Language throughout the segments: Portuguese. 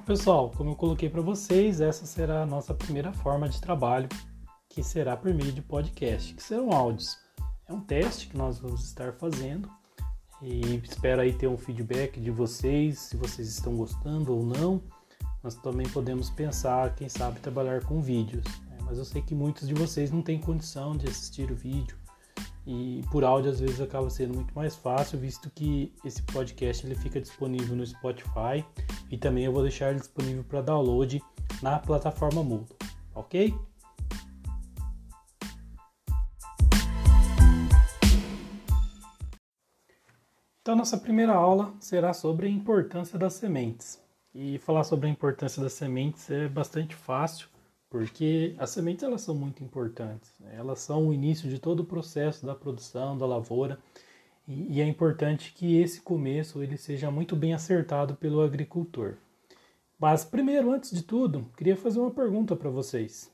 Pessoal, como eu coloquei para vocês, essa será a nossa primeira forma de trabalho, que será por meio de podcast, que serão áudios. É um teste que nós vamos estar fazendo e espero aí ter um feedback de vocês, se vocês estão gostando ou não. Nós também podemos pensar, quem sabe, trabalhar com vídeos, né? Mas eu sei que muitos de vocês não têm condição de assistir o vídeo e por áudio às vezes acaba sendo muito mais fácil, visto que esse podcast ele fica disponível no Spotify e também eu vou deixar ele disponível para download na plataforma Moodle, ok? Então nossa primeira aula será sobre a importância das sementes. E falar sobre a importância das sementes é bastante fácil, porque as sementes elas são muito importantes. Elas são o início de todo o processo da produção, da lavoura, e é importante que esse começo ele seja muito bem acertado pelo agricultor. Mas primeiro, antes de tudo, queria fazer uma pergunta para vocês.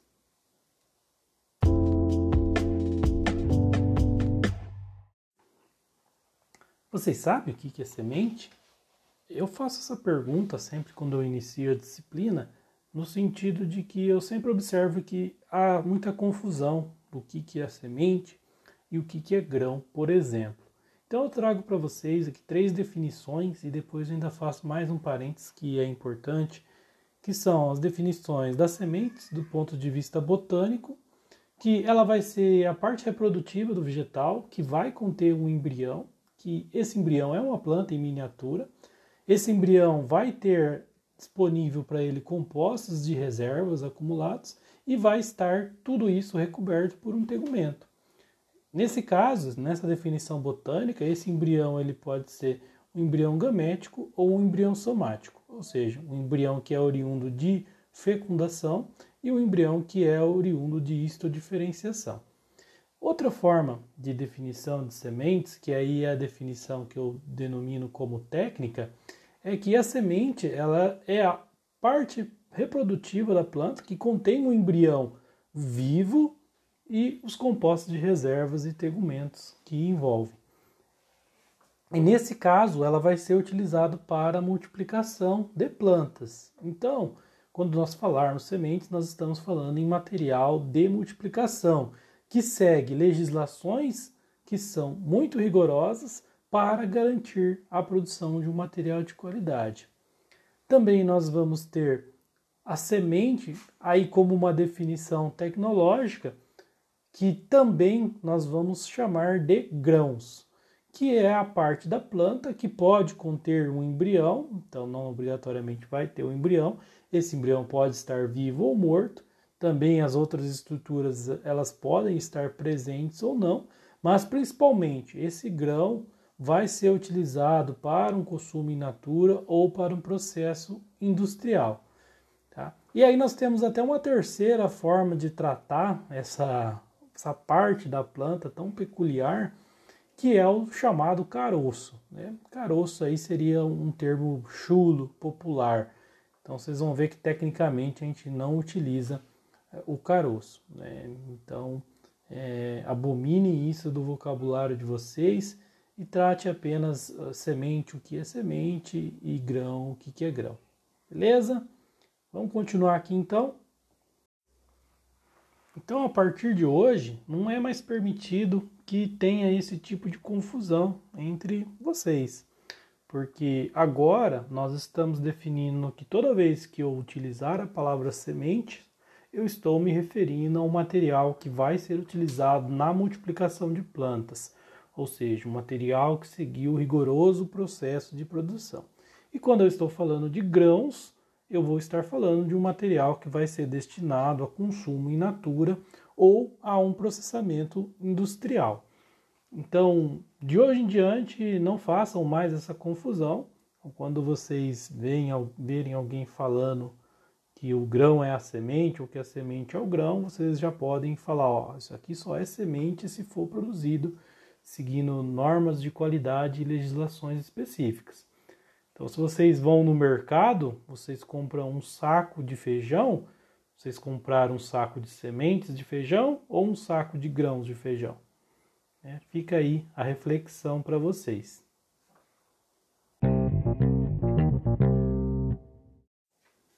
Vocês sabem o que é semente? Eu faço essa pergunta sempre quando eu inicio a disciplina, no sentido de que eu sempre observo que há muita confusão do que é semente e o que é grão, por exemplo. Então eu trago para vocês aqui 3 definições e depois eu ainda faço mais um parênteses que é importante, que são as definições das sementes do ponto de vista botânico, que ela vai ser a parte reprodutiva do vegetal, que vai conter um embrião, que esse embrião é uma planta em miniatura. Esse embrião vai ter disponível para ele compostos de reservas acumulados e vai estar tudo isso recoberto por um tegumento. Nesse caso, nessa definição botânica, esse embrião ele pode ser um embrião gamético ou um embrião somático, ou seja, um embrião que é oriundo de fecundação e um embrião que é oriundo de histodiferenciação. Outra forma de definição de sementes, que aí é a definição que eu denomino como técnica, é que a semente ela é a parte reprodutiva da planta que contém um embrião vivo e os compostos de reservas e tegumentos que envolvem. E nesse caso, ela vai ser utilizada para a multiplicação de plantas. Então, quando nós falarmos sementes, nós estamos falando em material de multiplicação, que segue legislações que são muito rigorosas para garantir a produção de um material de qualidade. Também nós vamos ter a semente aí como uma definição tecnológica, que também nós vamos chamar de grãos, que é a parte da planta que pode conter um embrião, então não obrigatoriamente vai ter um embrião, esse embrião pode estar vivo ou morto, também as outras estruturas elas podem estar presentes ou não, mas principalmente esse grão vai ser utilizado para um consumo in natura ou para um processo industrial. Tá? E aí nós temos até uma terceira forma de tratar essa parte da planta tão peculiar, que é o chamado caroço, né? Caroço aí seria um termo chulo, popular. Então vocês vão ver que tecnicamente a gente não utiliza o caroço, né? Então abomine isso do vocabulário de vocês e trate apenas semente, o que é semente, e grão, o que é grão. Beleza? Vamos continuar aqui então. Então, a partir de hoje, não é mais permitido que tenha esse tipo de confusão entre vocês, porque agora nós estamos definindo que toda vez que eu utilizar a palavra semente, eu estou me referindo a um material que vai ser utilizado na multiplicação de plantas, ou seja, um material que seguiu o rigoroso processo de produção. E quando eu estou falando de grãos, eu vou estar falando de um material que vai ser destinado a consumo in natura ou a um processamento industrial. Então, de hoje em diante, não façam mais essa confusão. Quando vocês verem alguém falando que o grão é a semente ou que a semente é o grão, vocês já podem falar, ó, isso aqui só é semente se for produzido seguindo normas de qualidade e legislações específicas. Então, se vocês vão no mercado, vocês compram um saco de feijão, vocês compraram um saco de sementes de feijão ou um saco de grãos de feijão? Fica aí a reflexão para vocês.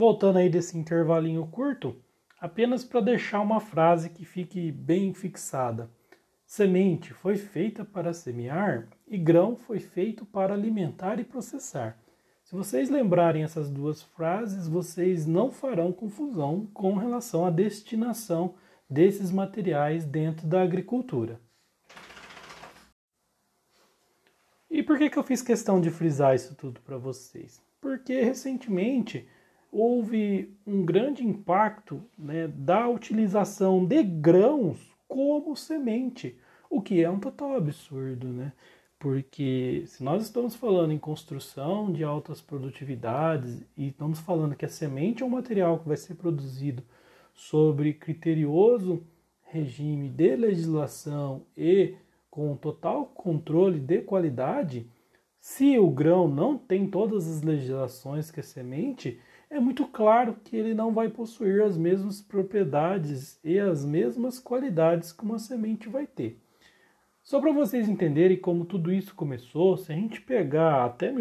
voltando aí desse intervalinho curto, apenas para deixar uma frase que fique bem fixada. Semente foi feita para semear e grão foi feito para alimentar e processar. Se vocês lembrarem essas duas frases, vocês não farão confusão com relação à destinação desses materiais dentro da agricultura. E por que eu fiz questão de frisar isso tudo para vocês? Porque recentemente houve um grande impacto, né, da utilização de grãos como semente, o que é um total absurdo, né? Porque se nós estamos falando em construção de altas produtividades e estamos falando que a semente é um material que vai ser produzido sobre criterioso regime de legislação e com total controle de qualidade, se o grão não tem todas as legislações que a semente, é muito claro que ele não vai possuir as mesmas propriedades e as mesmas qualidades que uma semente vai ter. Só para vocês entenderem como tudo isso começou, se a gente pegar até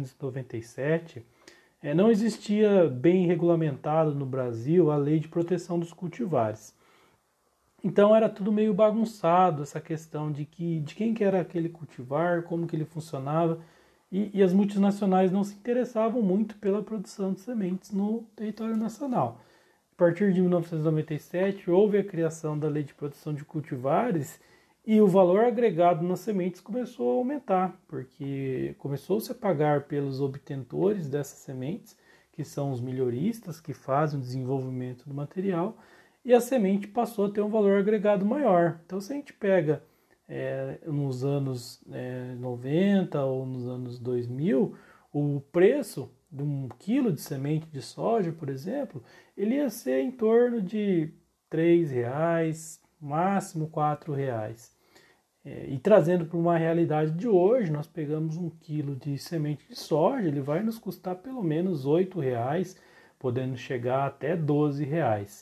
1997, não existia bem regulamentado no Brasil a lei de proteção dos cultivares. Então era tudo meio bagunçado, essa questão de quem que era aquele cultivar, como que ele funcionava, e as multinacionais não se interessavam muito pela produção de sementes no território nacional. A partir de 1997 houve a criação da Lei de Proteção de Cultivares e o valor agregado nas sementes começou a aumentar, porque começou-se a pagar pelos obtentores dessas sementes, que são os melhoristas que fazem o desenvolvimento do material, e a semente passou a ter um valor agregado maior. Então, se a gente pega nos anos 90 ou nos anos 2000, o preço de um quilo de semente de soja, por exemplo, ele ia ser em torno de R$3, máximo R$4. E trazendo para uma realidade de hoje, nós pegamos um quilo de semente de soja, ele vai nos custar pelo menos R$8, podendo chegar até R$12.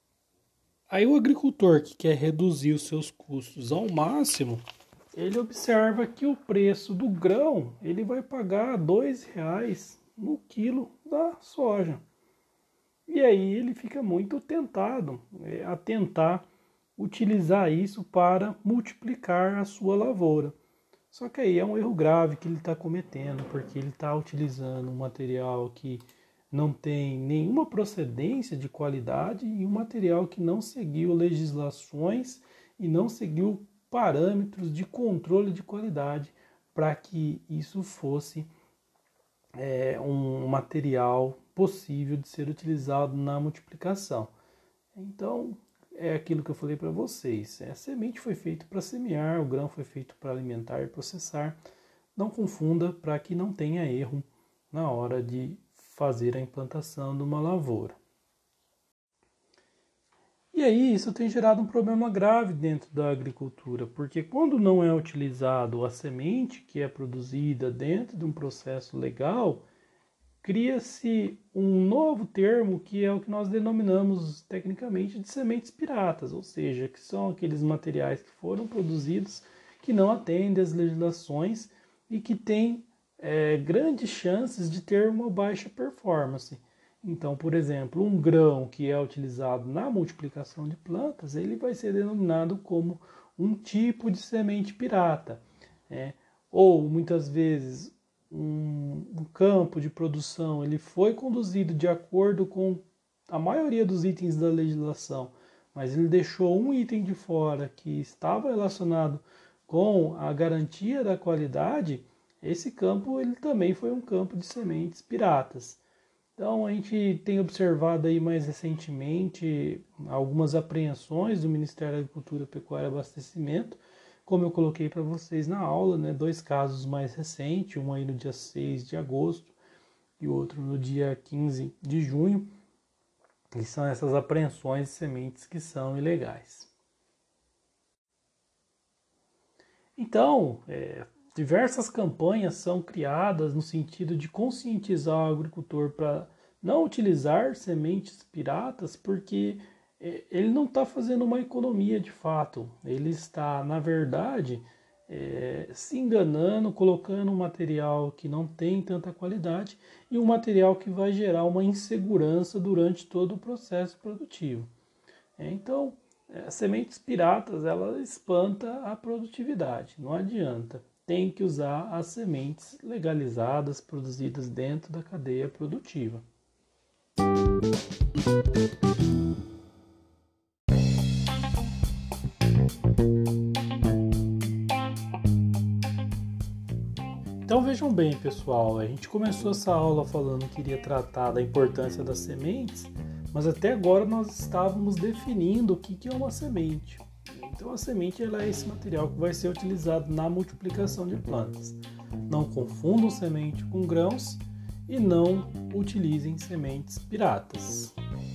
Aí o agricultor que quer reduzir os seus custos ao máximo, ele observa que o preço do grão ele vai pagar R$2 no quilo da soja. E aí ele fica muito tentado a tentar utilizar isso para multiplicar a sua lavoura. Só que aí é um erro grave que ele está cometendo, porque ele está utilizando um material que não tem nenhuma procedência de qualidade e um material que não seguiu legislações e não seguiu parâmetros de controle de qualidade para que isso fosse um material possível de ser utilizado na multiplicação. Então, é aquilo que eu falei para vocês. A semente foi feita para semear, o grão foi feito para alimentar e processar. Não confunda para que não tenha erro na hora de fazer a implantação de uma lavoura. E aí isso tem gerado um problema grave dentro da agricultura, porque quando não é utilizado a semente que é produzida dentro de um processo legal, cria-se um novo termo que é o que nós denominamos tecnicamente de sementes piratas, ou seja, que são aqueles materiais que foram produzidos que não atendem às legislações e que têm grandes chances de ter uma baixa performance. Então, por exemplo, um grão que é utilizado na multiplicação de plantas, ele vai ser denominado como um tipo de semente pirata. Ou, muitas vezes, um campo de produção ele foi conduzido de acordo com a maioria dos itens da legislação, mas ele deixou um item de fora que estava relacionado com a garantia da qualidade. Esse campo ele também foi um campo de sementes piratas. Então a gente tem observado aí mais recentemente algumas apreensões do Ministério da Agricultura, Pecuária e Abastecimento, como eu coloquei para vocês na aula, né, 2 casos mais recentes, um aí no dia 6 de agosto e outro no dia 15 de junho, que são essas apreensões de sementes que são ilegais. Então, diversas campanhas são criadas no sentido de conscientizar o agricultor para não utilizar sementes piratas, porque ele não está fazendo uma economia de fato. Ele está, na verdade, se enganando, colocando um material que não tem tanta qualidade e um material que vai gerar uma insegurança durante todo o processo produtivo. Então, sementes piratas, ela espanta a produtividade, não adianta. Tem que usar as sementes legalizadas, produzidas dentro da cadeia produtiva. Então vejam bem, pessoal, a gente começou essa aula falando que iria tratar da importância das sementes, mas até agora nós estávamos definindo o que é uma semente. Então a semente ela é esse material que vai ser utilizado na multiplicação de plantas. Não confundam semente com grãos e não utilizem sementes piratas.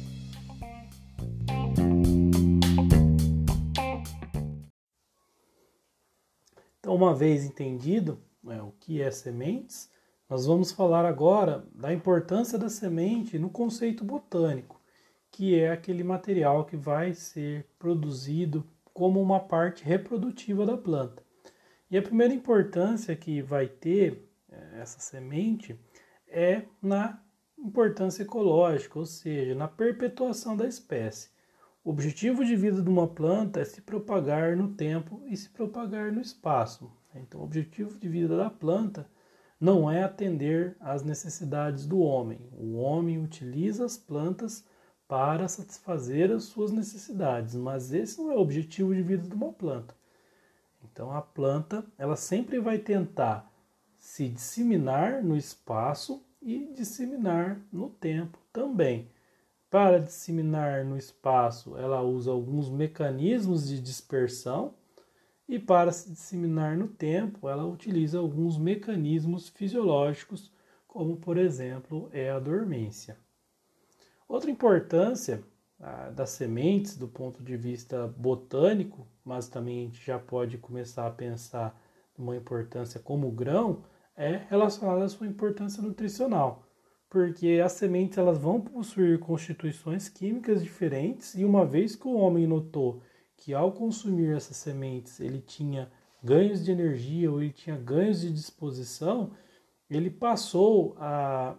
Então, uma vez entendido o que é sementes, nós vamos falar agora da importância da semente no conceito botânico, que é aquele material que vai ser produzido como uma parte reprodutiva da planta. E a primeira importância que vai ter essa semente é na importância ecológica, ou seja, na perpetuação da espécie. O objetivo de vida de uma planta é se propagar no tempo e se propagar no espaço. Então, o objetivo de vida da planta não é atender às necessidades do homem. O homem utiliza as plantas para satisfazer as suas necessidades, mas esse não é o objetivo de vida de uma planta. Então, a planta ela sempre vai tentar se disseminar no espaço e disseminar no tempo também. Para disseminar no espaço, ela usa alguns mecanismos de dispersão e para se disseminar no tempo, ela utiliza alguns mecanismos fisiológicos, como por exemplo é a dormência. Outra importância das sementes do ponto de vista botânico, mas também a gente já pode começar a pensar numa importância como grão, é relacionada à sua importância nutricional. Porque as sementes elas vão possuir constituições químicas diferentes e uma vez que o homem notou que ao consumir essas sementes ele tinha ganhos de energia ou ele tinha ganhos de disposição, ele passou a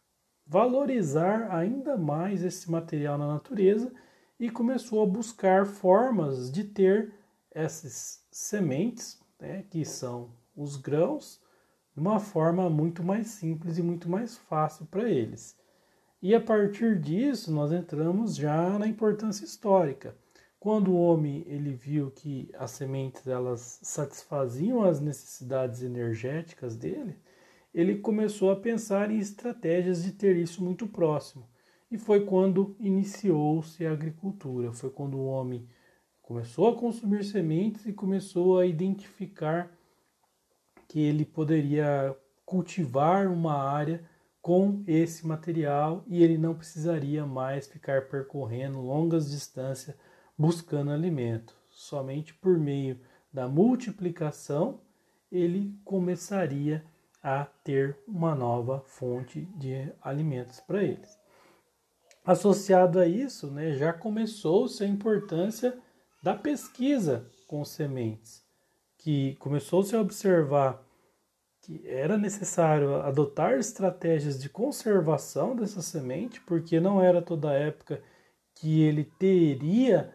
valorizar ainda mais esse material na natureza e começou a buscar formas de ter essas sementes, que são os grãos, de uma forma muito mais simples e muito mais fácil para eles. E a partir disso nós entramos já na importância histórica. Quando o homem ele viu que as sementes elas satisfaziam as necessidades energéticas dele, ele começou a pensar em estratégias de ter isso muito próximo. E foi quando iniciou-se a agricultura, foi quando o homem começou a consumir sementes e começou a identificar que ele poderia cultivar uma área com esse material e ele não precisaria mais ficar percorrendo longas distâncias buscando alimento. Somente por meio da multiplicação ele começaria a ter uma nova fonte de alimentos para eles. Associado a isso, já começou-se a importância da pesquisa com sementes, que começou-se a observar que era necessário adotar estratégias de conservação dessa semente, porque não era toda época que ele teria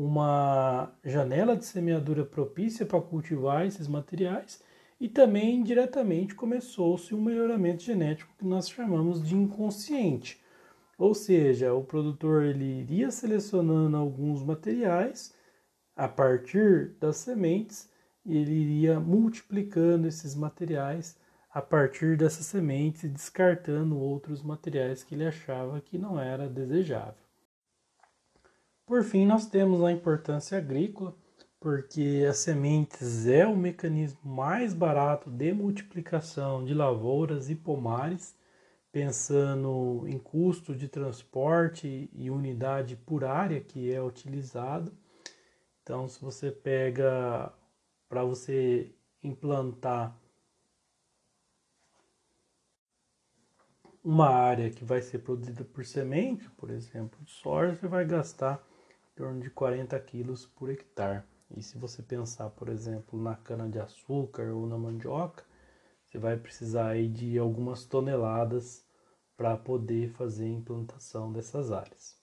uma janela de semeadura propícia para cultivar esses materiais, e também indiretamente começou-se um melhoramento genético que nós chamamos de inconsciente. Ou seja, o produtor ele iria selecionando alguns materiais a partir das sementes e ele iria multiplicando esses materiais a partir dessas sementes e descartando outros materiais que ele achava que não era desejável. Por fim, nós temos a importância agrícola, porque as sementes é o mecanismo mais barato de multiplicação de lavouras e pomares, pensando em custo de transporte e unidade por área que é utilizado. Então, se você pega para você implantar uma área que vai ser produzida por semente, por exemplo, de soja, você vai gastar em torno de 40 quilos por hectare. E se você pensar, por exemplo, na cana-de-açúcar ou na mandioca, você vai precisar aí de algumas toneladas para poder fazer a implantação dessas áreas.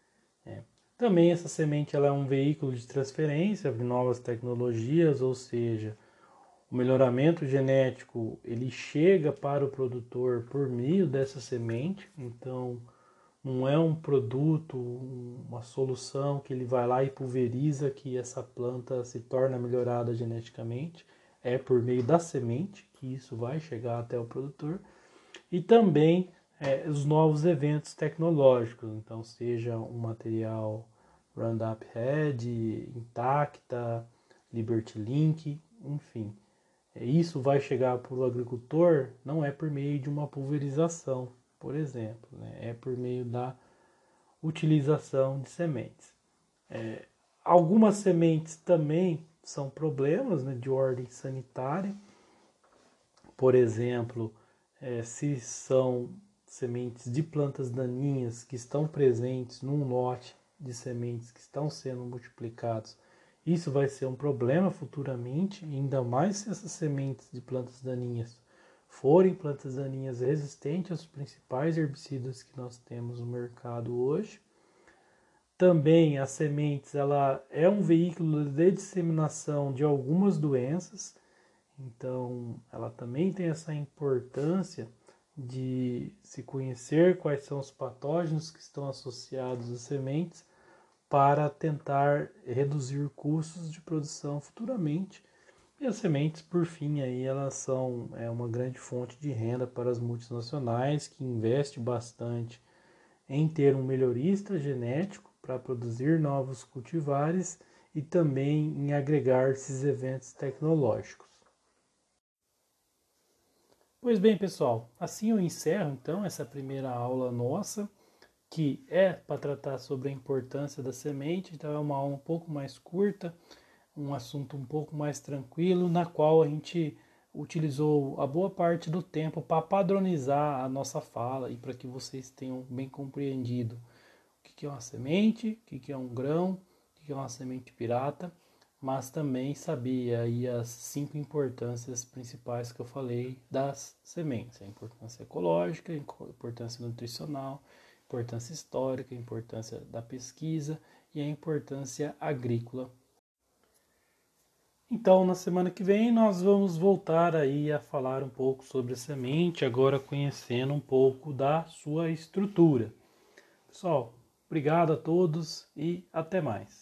Também essa semente ela é um veículo de transferência de novas tecnologias, ou seja, o melhoramento genético ele chega para o produtor por meio dessa semente, então não é um produto, uma solução que ele vai lá e pulveriza que essa planta se torna melhorada geneticamente, é por meio da semente que isso vai chegar até o produtor. E também os novos eventos tecnológicos, então seja um material Roundup Ready, Intacta, Liberty Link, enfim. Isso vai chegar para o agricultor não é por meio de uma pulverização, por exemplo, né? É por meio da utilização de sementes. Algumas sementes também são problemas, né, de ordem sanitária, por exemplo, se são sementes de plantas daninhas que estão presentes num lote de sementes que estão sendo multiplicados, isso vai ser um problema futuramente, ainda mais se essas sementes de plantas daninhas forem plantas daninhas resistentes aos principais herbicidas que nós temos no mercado hoje. Também as sementes, ela é um veículo de disseminação de algumas doenças, então ela também tem essa importância de se conhecer quais são os patógenos que estão associados às sementes para tentar reduzir custos de produção futuramente. E as sementes, por fim, aí, elas são uma grande fonte de renda para as multinacionais que investem bastante em ter um melhorista genético para produzir novos cultivares e também em agregar esses eventos tecnológicos. Pois bem, pessoal, assim eu encerro então essa primeira aula nossa, que é para tratar sobre a importância da semente. Então é uma aula um pouco mais curta, um assunto um pouco mais tranquilo, na qual a gente utilizou a boa parte do tempo para padronizar a nossa fala e para que vocês tenham bem compreendido o que é uma semente, o que é um grão, o que é uma semente pirata, mas também saber aí as 5 importâncias principais que eu falei das sementes: a importância ecológica, a importância nutricional, a importância histórica, a importância da pesquisa e a importância agrícola. Então, na semana que vem nós vamos voltar aí a falar um pouco sobre a semente, agora conhecendo um pouco da sua estrutura. Pessoal, obrigado a todos e até mais.